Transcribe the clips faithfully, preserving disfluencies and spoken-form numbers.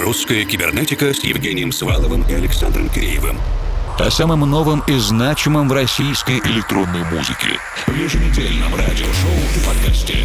Русская кибернетика с Евгением Сваловым и Александром Киреевым. О самом новом и значимом в российской электронной музыке. В еженедельном радиошоу и подкасте.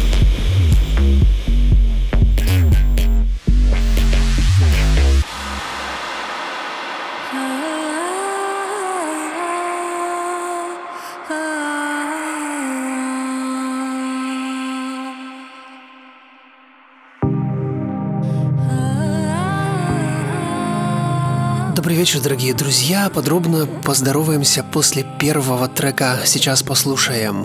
Добрый вечер, дорогие друзья. Подробно поздороваемся после первого трека. Сейчас послушаем.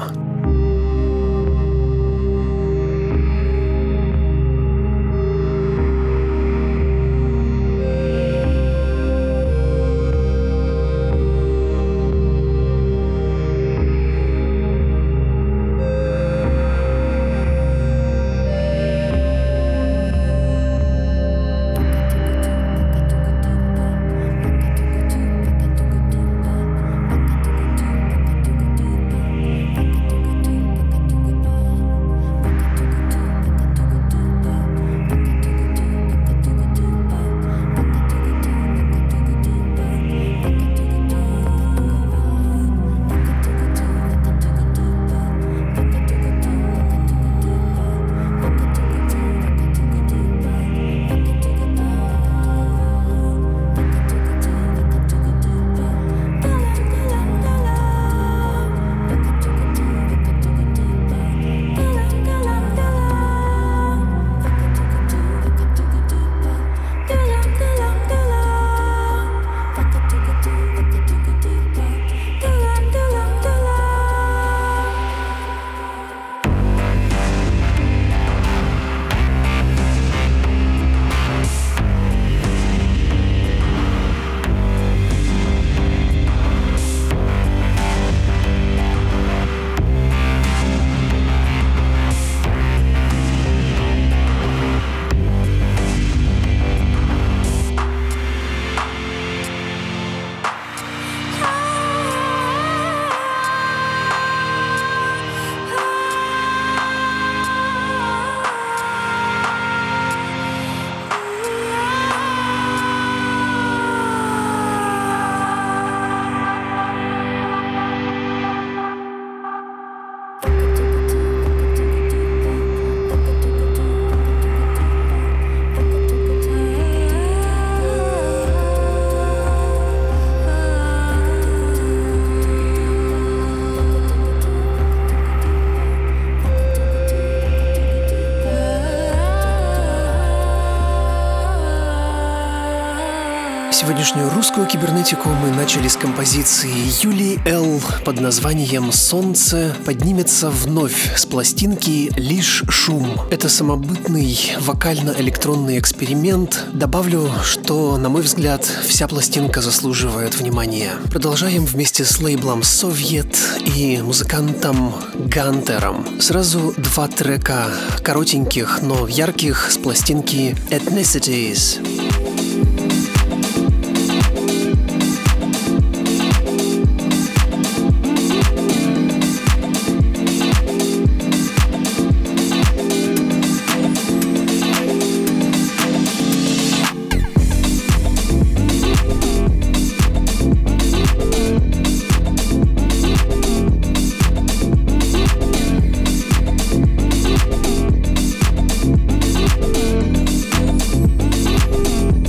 Сегодняшнюю русскую кибернетику мы начали с композиции Юлии Л. под названием «Солнце поднимется вновь» с пластинки «Лишь шум». Это самобытный вокально-электронный эксперимент. Добавлю, что, на мой взгляд, вся пластинка заслуживает внимания. Продолжаем вместе с лейблом «Совет» и музыкантом Гантером. Сразу два трека коротеньких, но ярких с пластинки «Ethnicities». We'll be right back.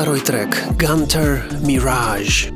второй трек «Gunter Mirage».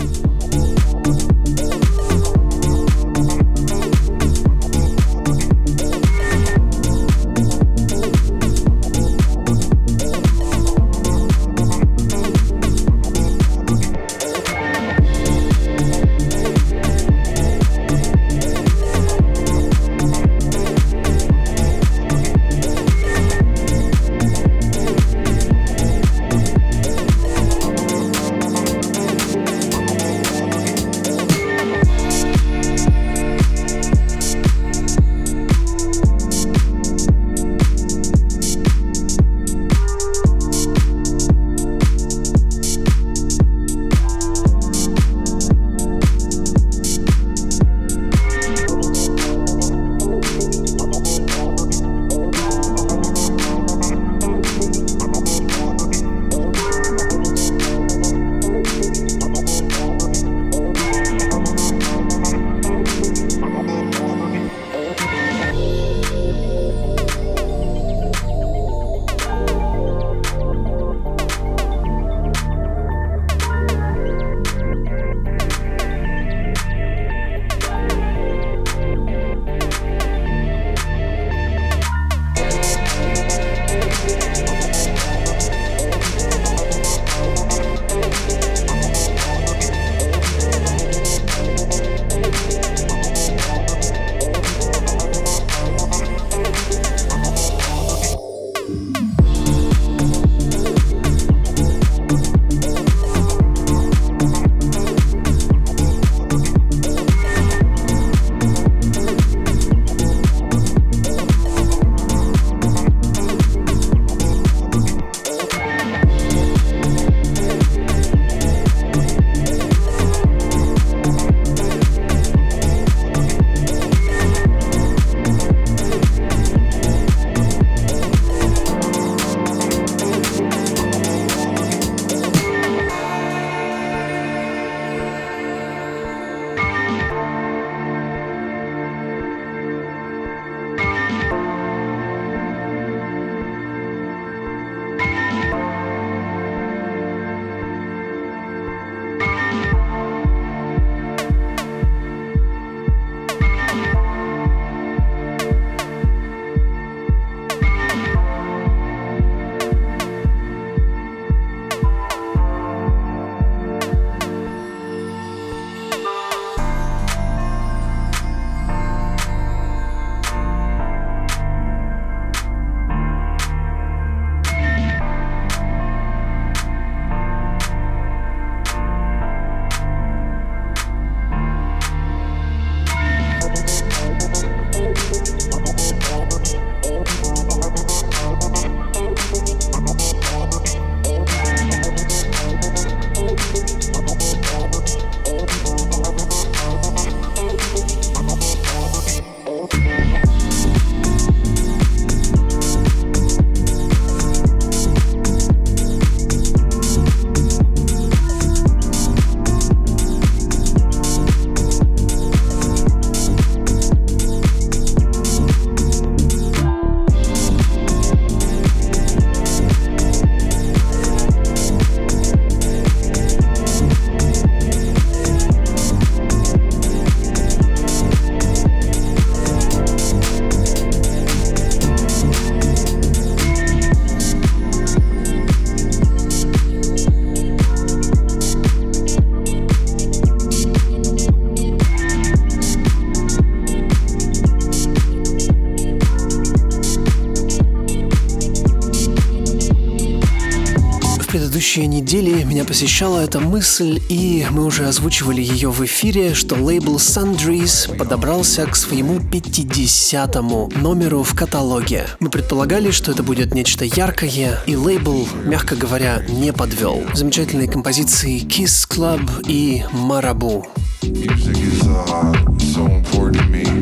предыдущие недели меня посещала эта мысль, и мы уже озвучивали ее в эфире, что лейбл Sundries подобрался к своему пятидесятому номеру в каталоге. Мы предполагали, что это будет нечто яркое, и лейбл, мягко говоря, не подвел. Замечательные композиции Kiss Club и Marabu. Music is uh, so important to me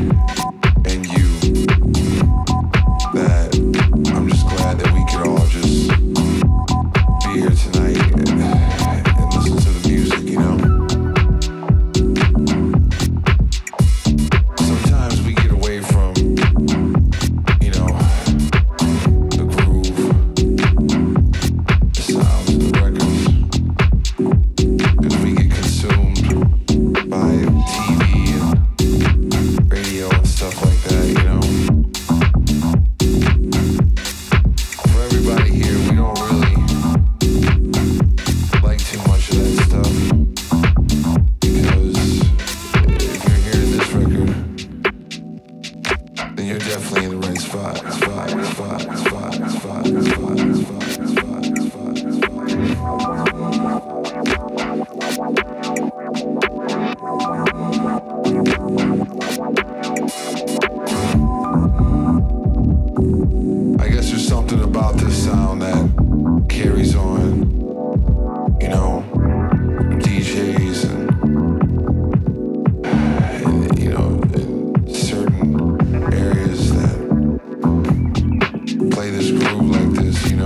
and you that I'm just glad that we could all just be here tonight and, and listen to the music, you know. Sometimes we get away from, you know, the groove, the sounds of the records. then you're definitely in the right spot. Spot, spot, spot, spot, spot, spot, spot, I guess there's something about this sound that carries on, you know, D Js and, and you know, in certain areas that play this groove like this, you know.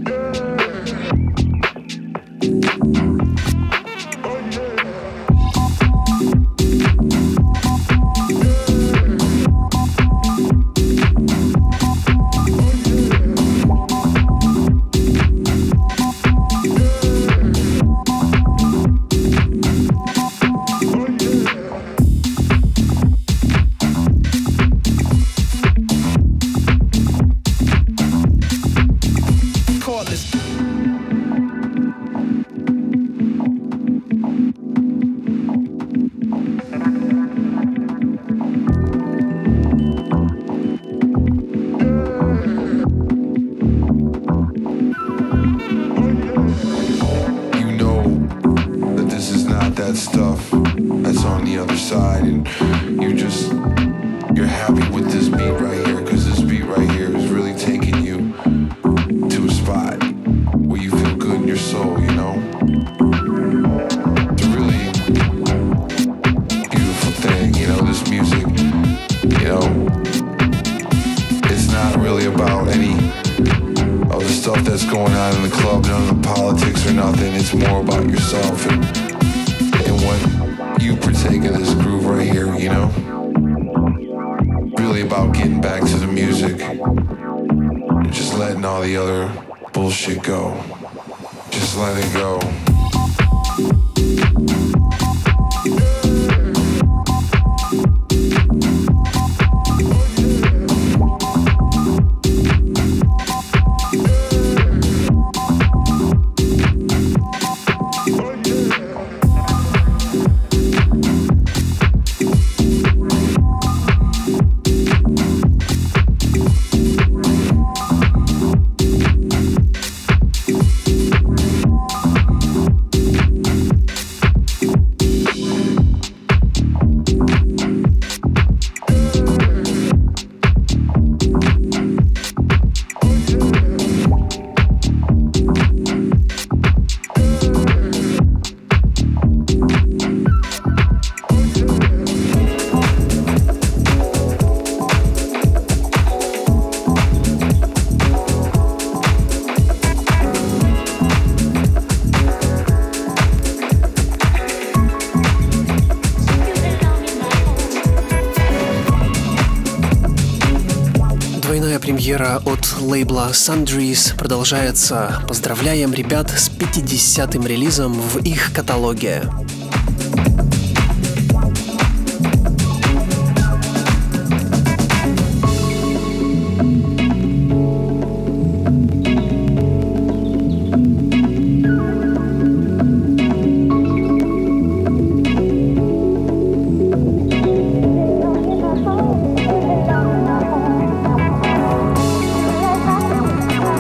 Премьера от лейбла Sundries продолжается. Поздравляем ребят с пятидесятым релизом в их каталоге.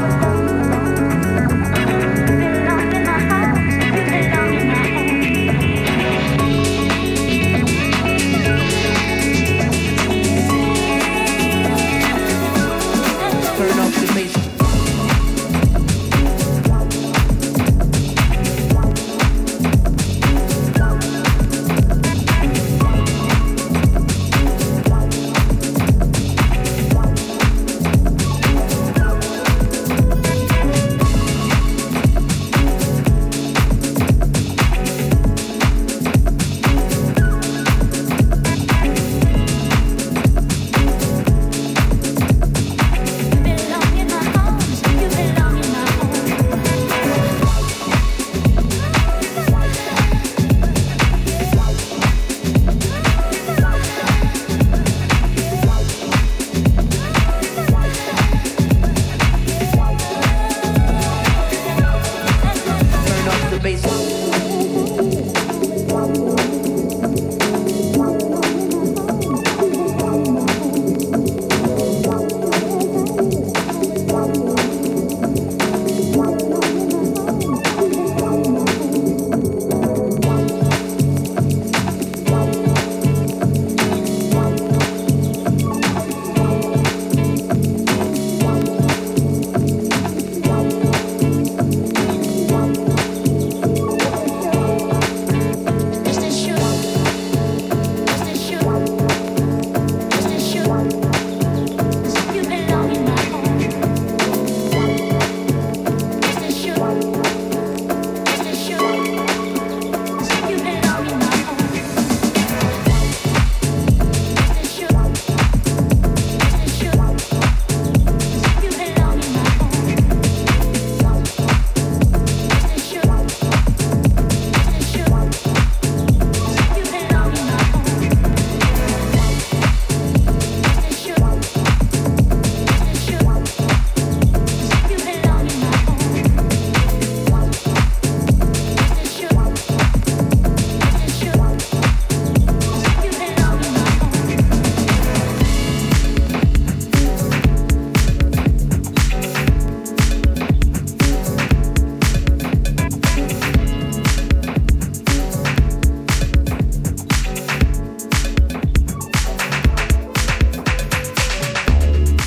Thank you.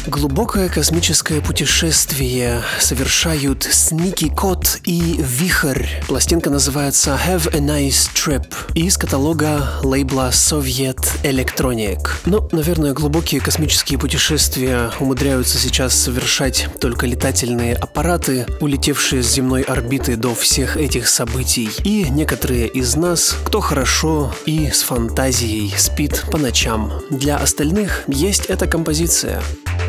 Глубокое космическое путешествие совершают Sneaky Cod и Вихрь. Пластинка называется Have a Nice Trip из каталога лейбла Soviet Electronic. Но, наверное, глубокие космические путешествия умудряются сейчас совершать только летательные аппараты, улетевшие с земной орбиты до всех этих событий. И некоторые из нас, кто хорошо и с фантазией спит по ночам. Для остальных есть эта композиция.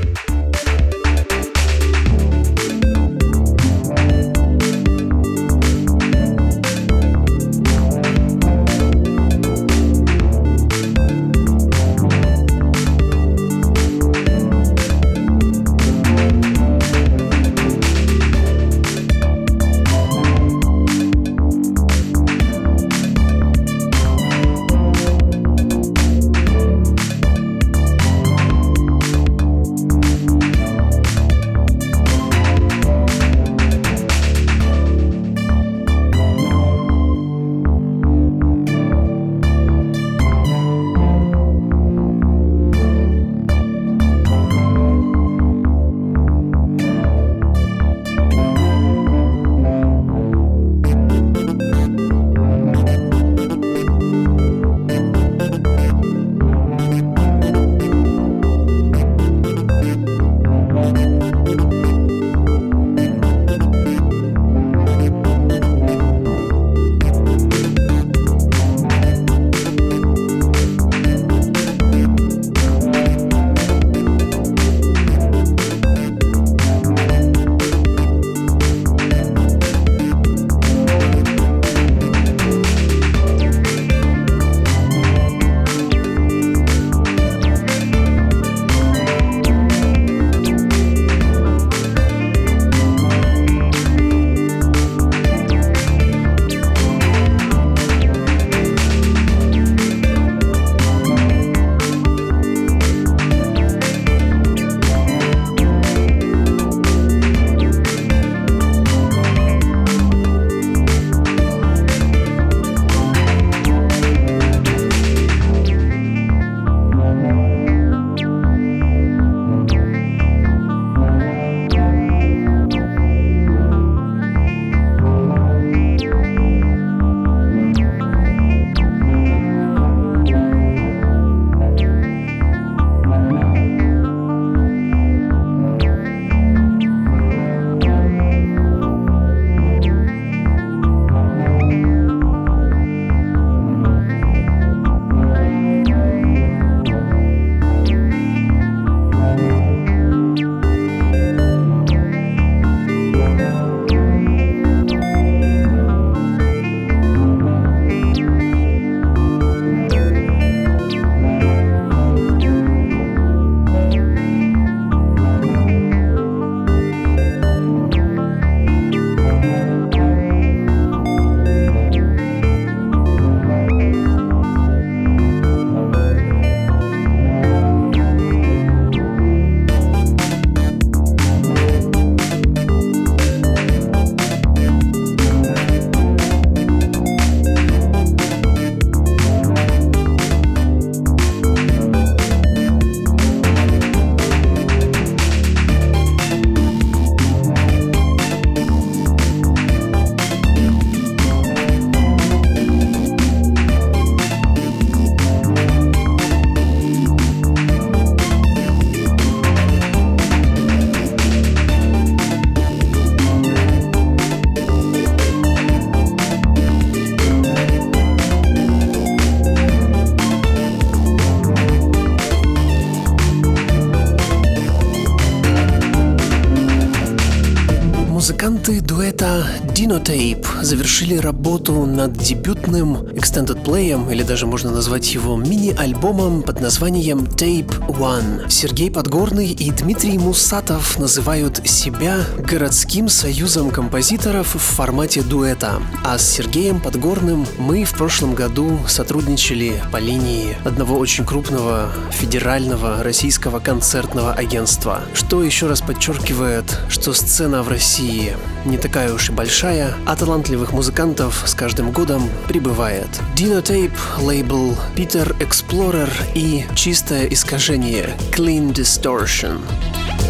Музыканты дуэта Dinotape завершили работу над дебютным extended play'ем, или даже можно назвать его мини-альбомом под названием Tape One. Сергей Подгорный и Дмитрий Мусатов называют себя городским союзом композиторов в формате дуэта, а с Сергеем Подгорным мы в прошлом году сотрудничали по линии одного очень крупного федерального российского концертного агентства, что еще раз подчеркивает, что сцена в России не такая уж и большая, а талантливых музыкантов с каждым годом прибывает. Dinotape, лейбл Peter Explorer и чистое искажение Clean Distortion.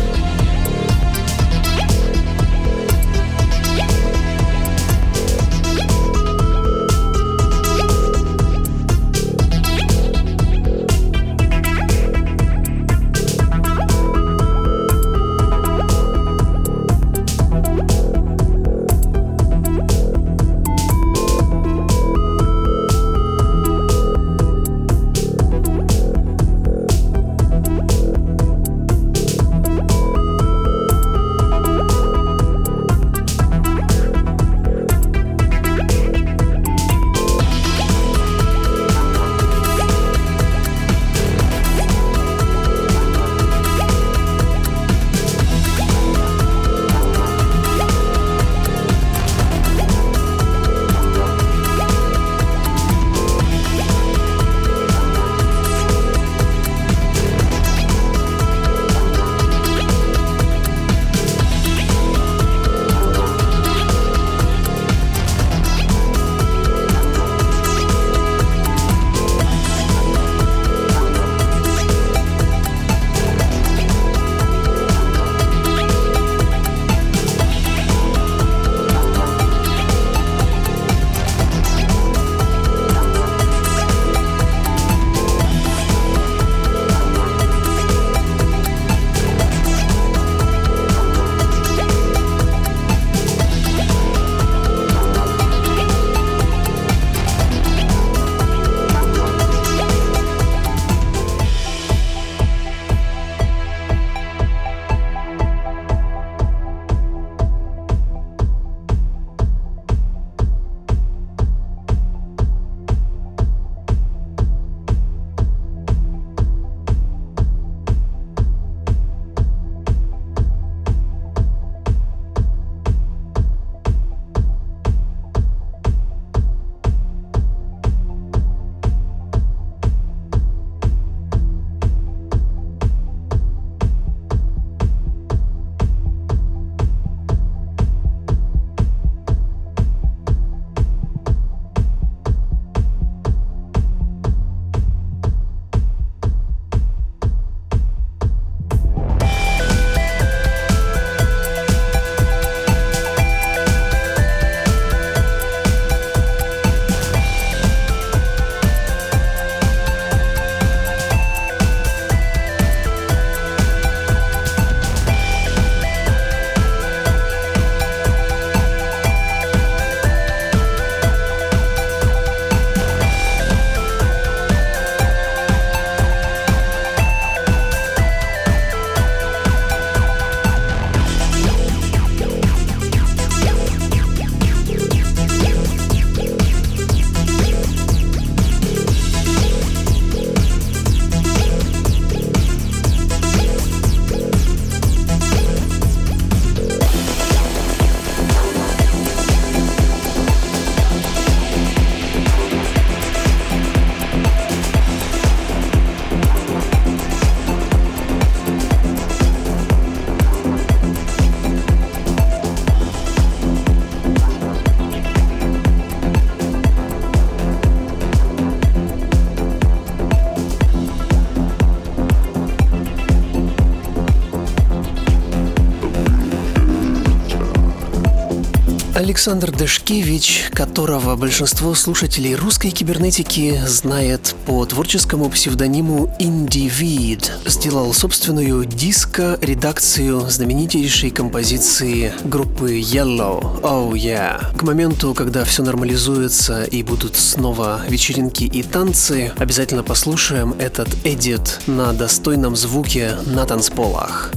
Александр Дашкевич, которого большинство слушателей русской кибернетики знает по творческому псевдониму Individ, сделал собственную диско-редакцию знаменитейшей композиции группы Yellow «Oh Yeah». К моменту, когда все нормализуется и будут снова вечеринки и танцы, обязательно послушаем этот эдит на достойном звуке на танцполах.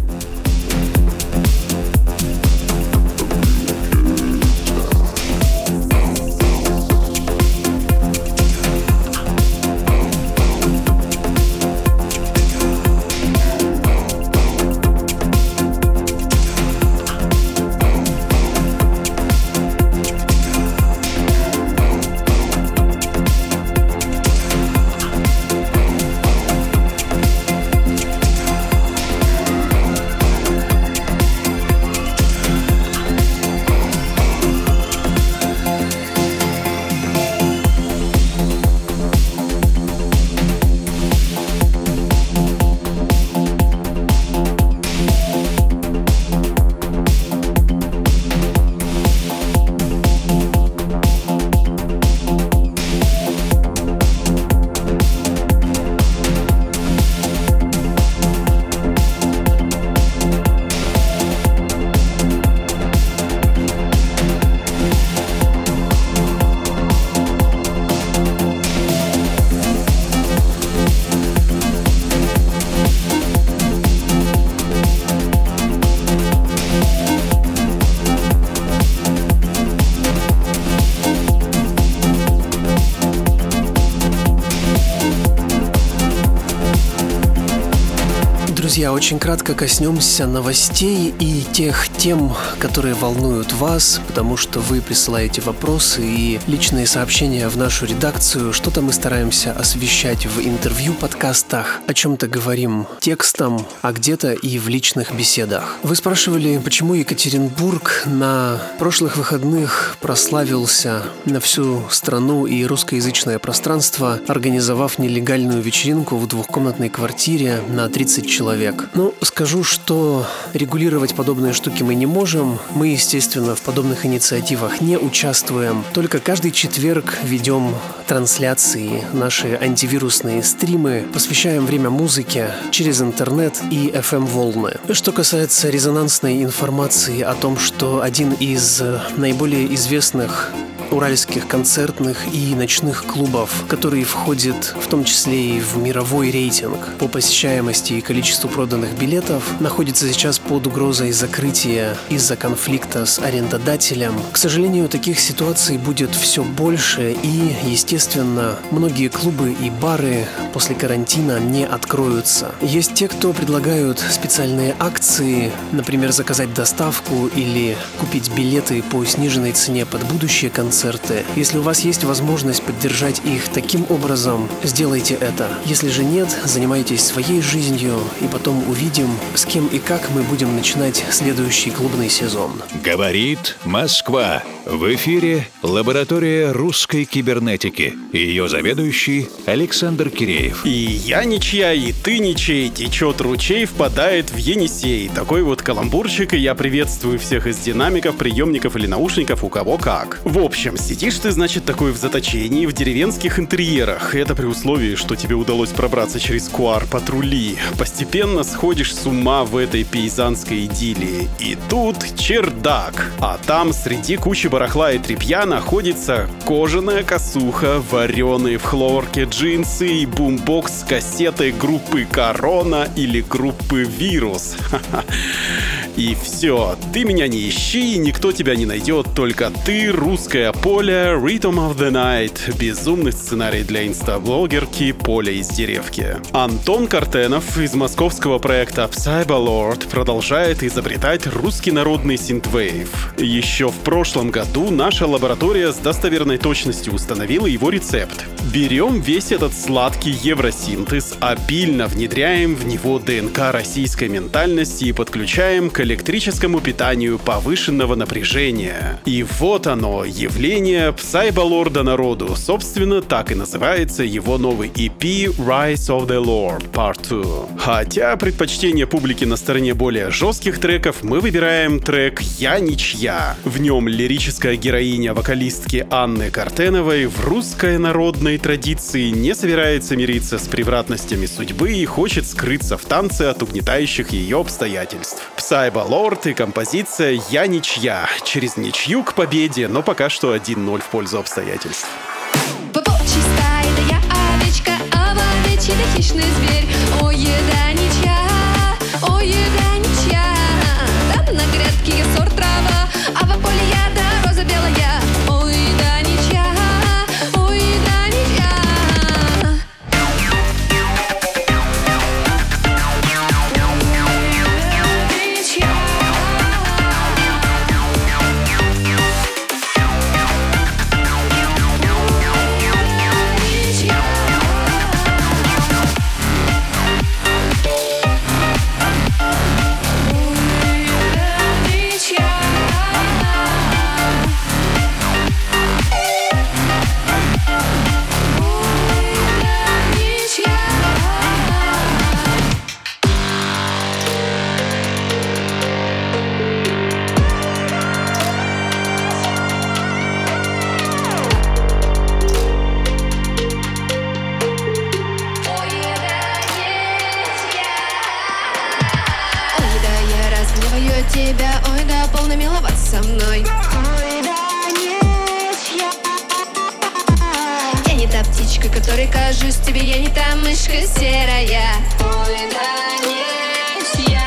Друзья, очень кратко коснемся новостей и тех тем, которые волнуют вас, потому что вы присылаете вопросы и личные сообщения в нашу редакцию. Что-то мы стараемся освещать в интервью, подкастах, о чем-то говорим текстом, а где-то и в личных беседах. Вы спрашивали, почему Екатеринбург на прошлых выходных прославился на всю страну и русскоязычное пространство, организовав нелегальную вечеринку в двухкомнатной квартире на тридцать человек. Ну, скажу, что регулировать подобные штуки мы не можем. Мы, естественно, в подобных инициативах не участвуем. Только каждый четверг ведем трансляции, наши антивирусные стримы, посвящаем время музыке через интернет и эф эм-волны. Что касается резонансной информации о том, что один из наиболее известных уральских концертных и ночных клубов, который входит в том числе и в мировой рейтинг по посещаемости и количеству проданных билетов, находится сейчас под угрозой закрытия из-за конфликта с арендодателем. К сожалению, таких ситуаций будет все больше, и, естественно, многие клубы и бары после карантина не откроются. Есть те, кто предлагают специальные акции, например, заказать доставку или купить билеты по сниженной цене под будущие концерты. Если у вас есть возможность поддержать их таким образом, сделайте это. Если же нет, занимайтесь своей жизнью, и потом увидим, с кем и как мы будем начинать следующий клубный сезон. Говорит Москва. В эфире лаборатория русской кибернетики. Ее заведующий Александр Киреев. И я ничья, и ты ничей, течет ручей, впадает в Енисей. Такой вот каламбурчик, и я приветствую всех из динамиков, приемников или наушников, у кого как. В общем, сидишь ты, значит, такой в заточении, в деревенских интерьерах. Это при условии, что тебе удалось пробраться через куар-патрули. Постепенно сходишь с ума в этой пейзанской идиллии. И тут чердак. А там среди кучи барахла и тряпья находится кожаная косуха, вареные в хлорке джинсы и бумбокс с кассетой группы Корона или группы Вирус. И все, ты меня не ищи, никто тебя не найдет, только ты, русское поле, Rhythm of the Night, безумный сценарий для инстаблогерки Поля из деревки. Антон Картенов из московского проекта Psybalord продолжает изобретать русский народный синтвейв. Еще в прошлом году наша лаборатория с достоверной точностью установила его рецепт. Берем весь этот сладкий евросинтез, обильно внедряем в него ДНК российской ментальности и подключаем к электрическому питанию повышенного напряжения. И вот оно, явление Psybalorda народу. Собственно, так и называется его новый и пи Rise of the Lord Part два. Хотя предпочтение публики на стороне более жестких треков, мы выбираем трек «Я ничья». В нем лирическая героиня вокалистки Анны Картеновой в русской народной традиции не собирается мириться с превратностями судьбы и хочет скрыться в танце от угнетающих ее обстоятельств. Psybalord и композиция «Я ничья». Через ничью к победе, но пока что один ноль в пользу обстоятельств. Попочий стаи, да я овечка, а в овечьей да хищный зверь. О, еда ничья, о, еда ничья. Там на грядке я сорт трава, а в поле я да роза белая. О, еда ничья, о, еда ничья. Тебя, ой, да, полно миловаться со мной. Ой, да, нет, я Я не та птичка, которой кажусь тебе, я не та мышка серая. Ой, да, нет, я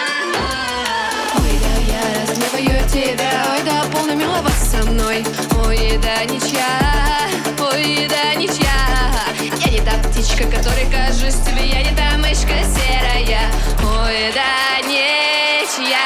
Ой, да, я разгневаю тебя, ой, да, полно миловаться со мной. Ой, да, ничья, ой, да, ничья. Я не та птичка, которой кажусь тебе, я не та мышка серая. Ой, да, нет, я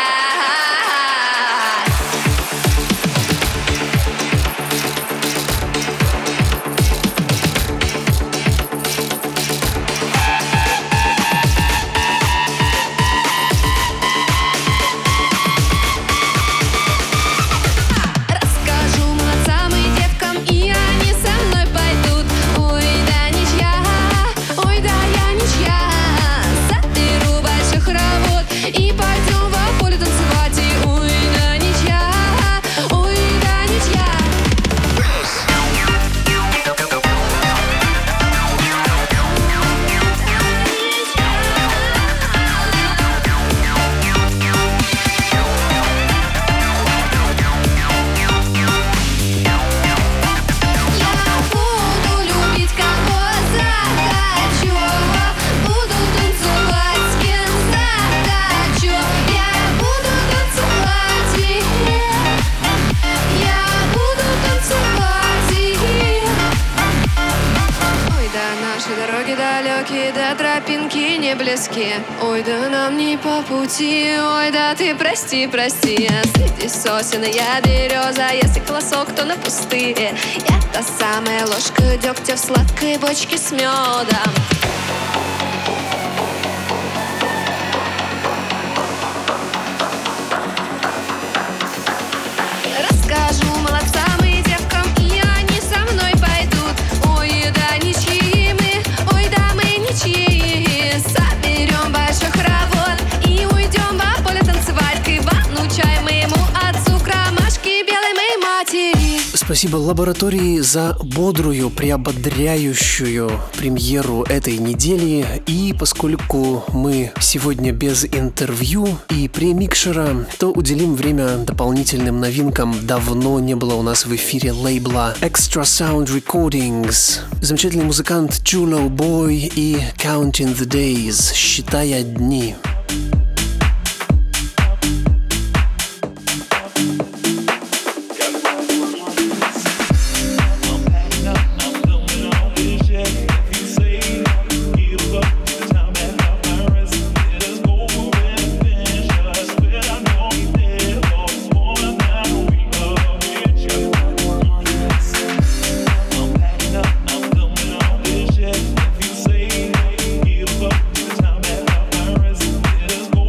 да тропинки не близки. Ой, да нам не по пути. Ой, да ты прости, прости. Среди сосен я береза. Если колосок, то на пустыре. Я та самая ложка дегтя в сладкой бочке с медом. Расскажу молодцам и девкам, и они со мной пойдут. Ой, да ничьи мы, ой, да мы ничьи. Соберем большой хоровод и уйдем во поле танцевать. К Ивану чай моему отцу, к ромашке белой моей матери. Спасибо лаборатории за бодрую, приободряющую премьеру этой недели. И поскольку мы сегодня без интервью и премикшера, то уделим время дополнительным новинкам. Давно не было у нас в эфире лейбла Extra Sound Recordings. Замечательный музыкант Julo Boy и Counting the Days, считая дни. Let's go.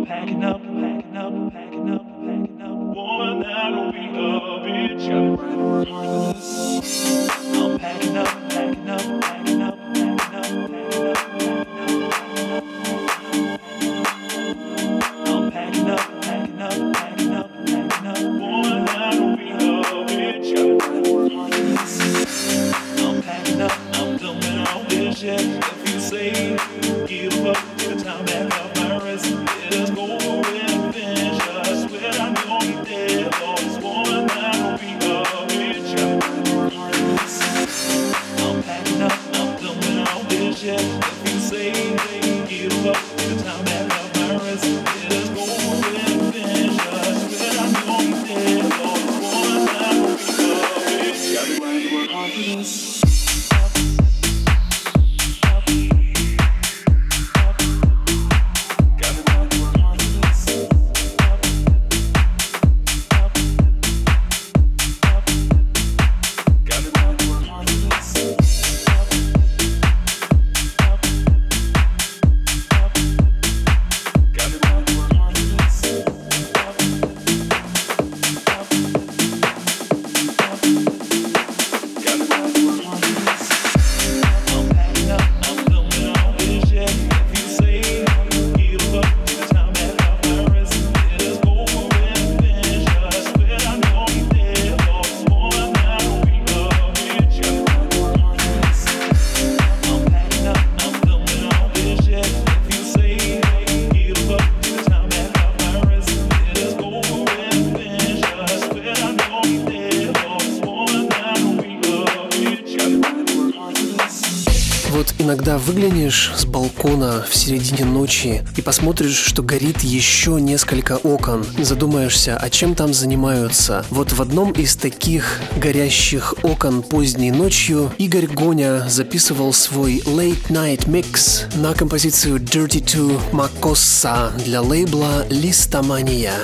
Иногда выглянешь с балкона в середине ночи и посмотришь, что горит еще несколько окон. Задумаешься, а чем там занимаются. Вот в одном из таких горящих окон поздней ночью Игорь Гоня записывал свой Late Night Mix на композицию Dirty to Makossa для лейбла Listomania.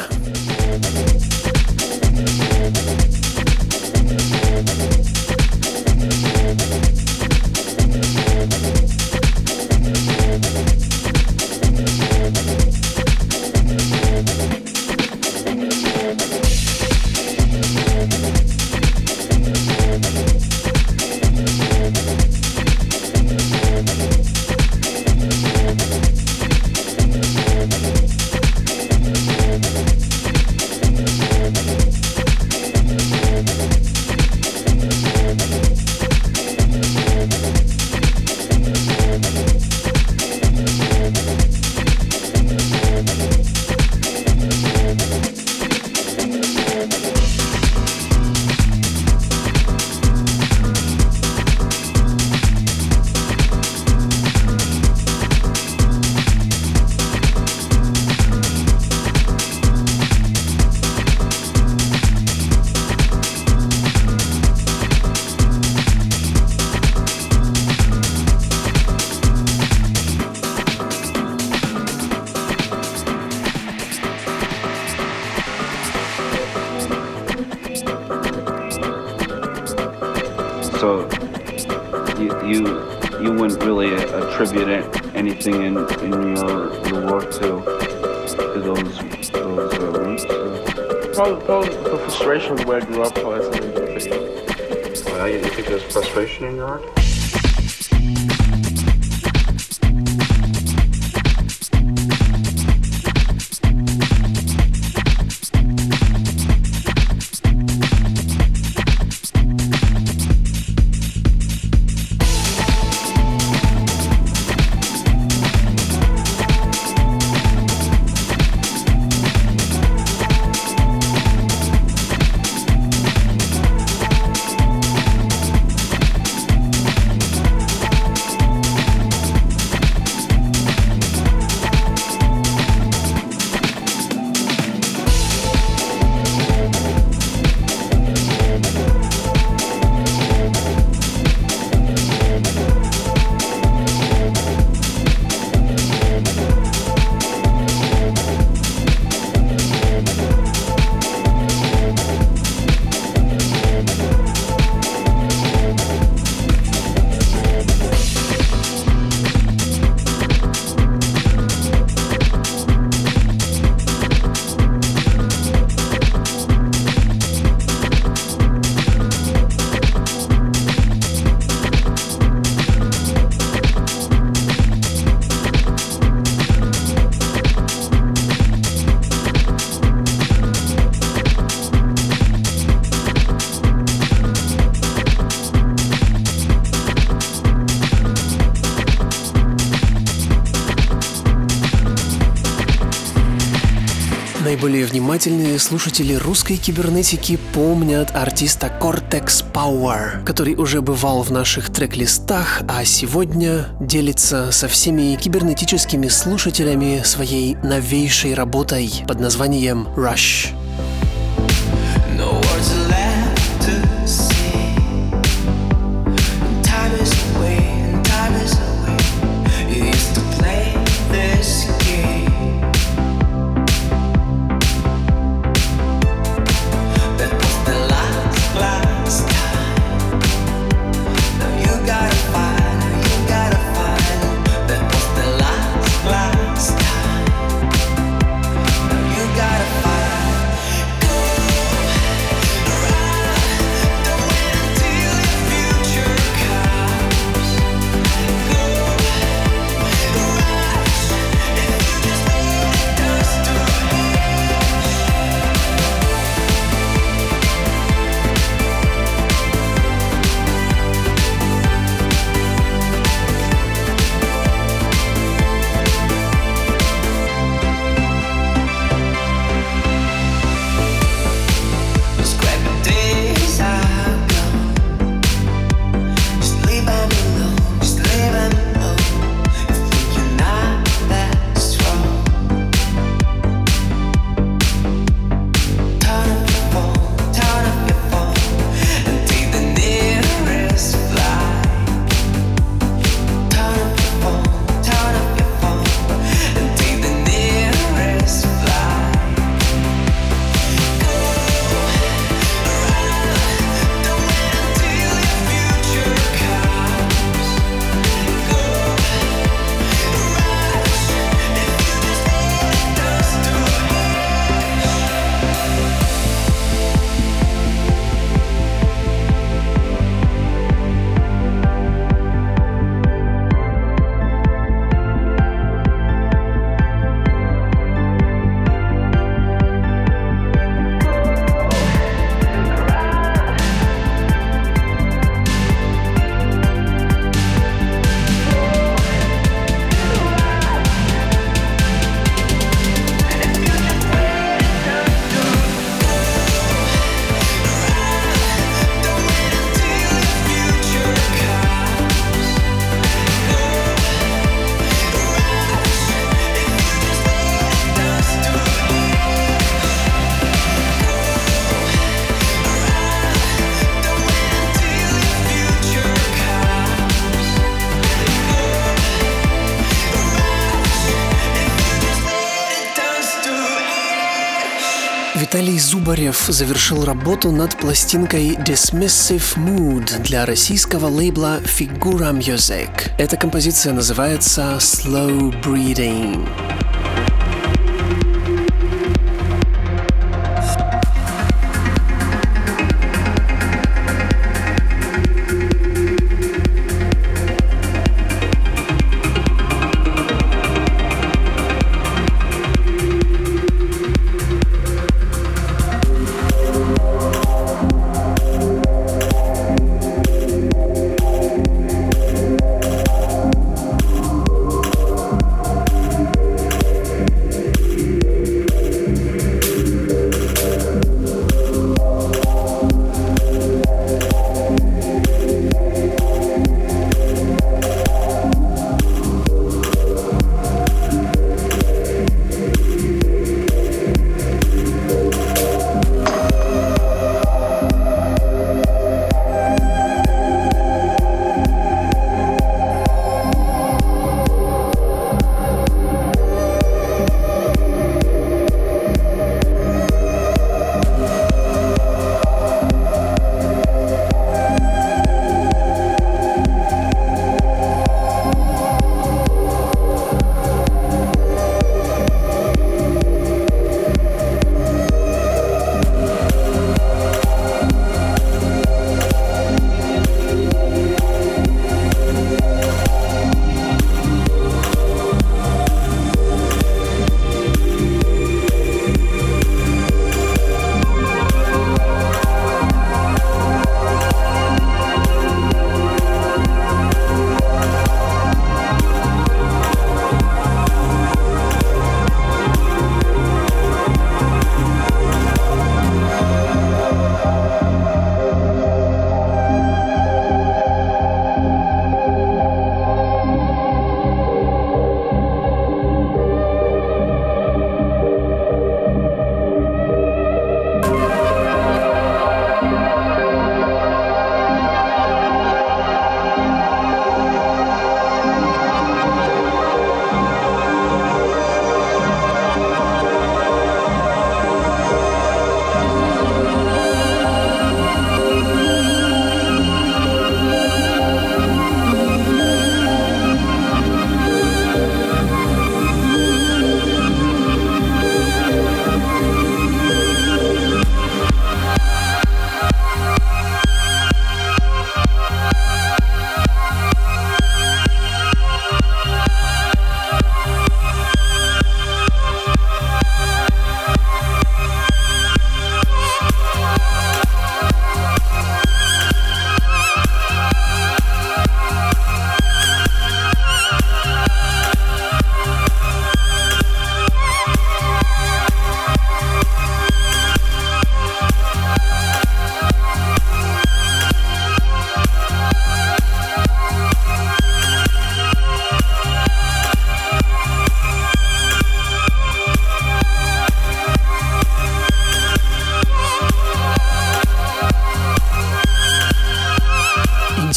So you you you wouldn't really attribute anything in, in your your work to to those those uh, roots? Or? Probably, probably the frustration of the way I grew up while listening to the video. Well, you think there's frustration in your art? Наиболее внимательные слушатели русской кибернетики помнят артиста Cortex Power, который уже бывал в наших трек-листах, а сегодня делится со всеми кибернетическими слушателями своей новейшей работой под названием Rush. Виталий Зубарев завершил работу над пластинкой Dismissive Mood для российского лейбла Figura Music. Эта композиция называется Slow Breathing.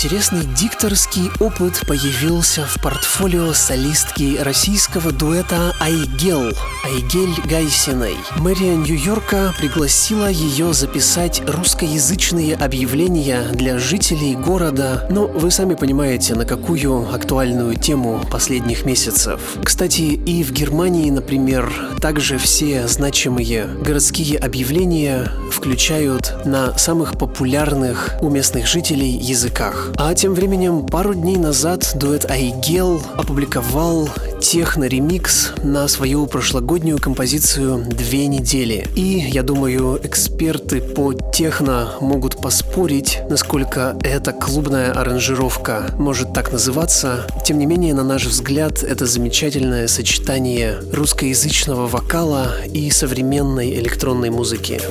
интересный дикторский опыт появился в портфолио солистки российского дуэта Айгел, Айгель Гайсиной. Мэрия Нью-Йорка пригласила ее записать русскоязычные объявления для жителей города, но вы сами понимаете, на какую актуальную тему последних месяцев. Кстати, и в Германии, например, также все значимые городские объявления включают на самых популярных у местных жителей языках. А тем временем пару дней назад дуэт Айгел опубликовал техно-ремикс на свою прошлогоднюю композицию «Две недели». И, я думаю, эксперты по техно могут поспорить, насколько эта клубная аранжировка может так называться. Тем не менее, на наш взгляд, это замечательное сочетание русскоязычного вокала и современной электронной музыки.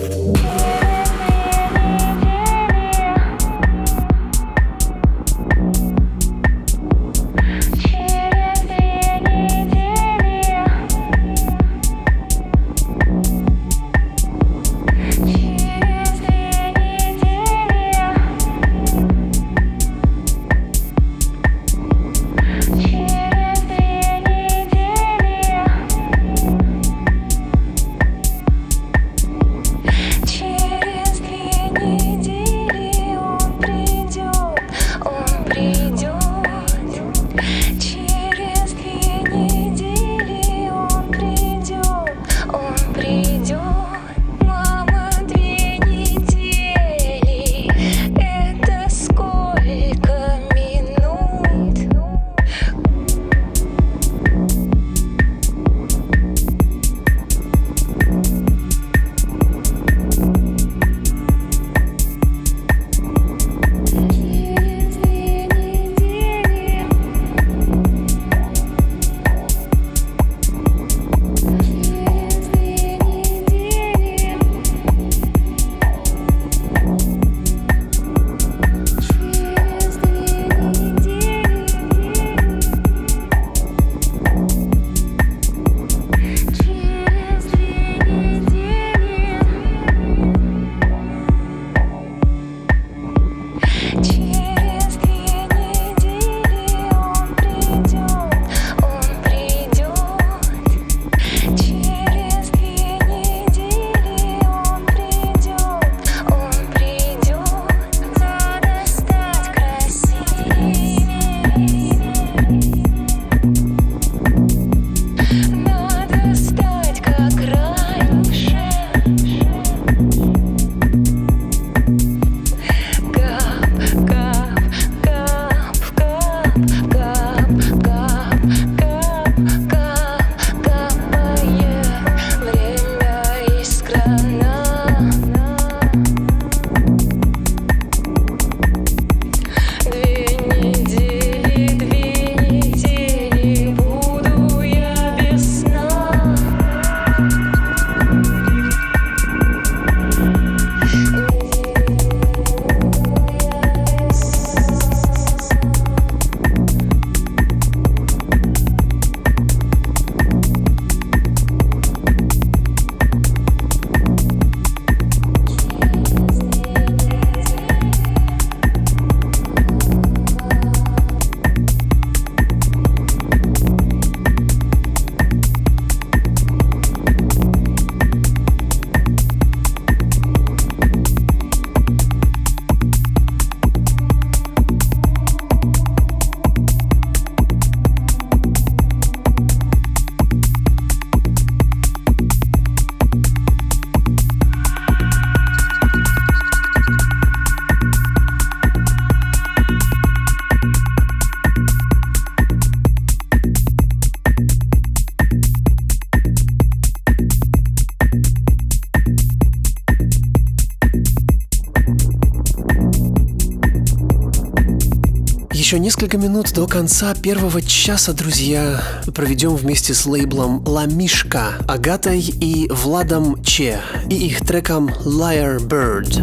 Еще несколько минут до конца первого часа, друзья, проведем вместе с лейблом La Mishka, Агатой и Владом Че и их треком Liar Bird.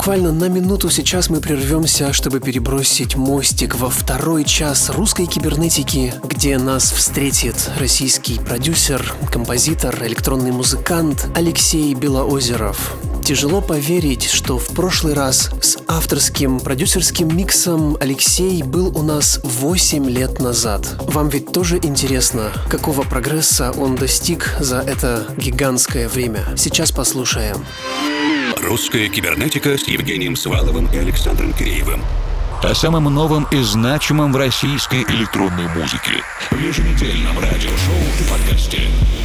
Буквально на минуту сейчас мы прервемся, чтобы перебросить мостик во второй час русской кибернетики, где нас встретит российский продюсер, композитор, электронный музыкант Алексей Белоозеров. Тяжело поверить, что в прошлый раз с авторским продюсерским миксом Алексей был у нас восемь лет назад. Вам ведь тоже интересно, какого прогресса он достиг за это гигантское время? Сейчас послушаем. Русская кибернетика с Евгением Сваловым и Александром Киреевым. О самом новом и значимом в российской электронной музыке. В еженедельном радиошоу и подкасте.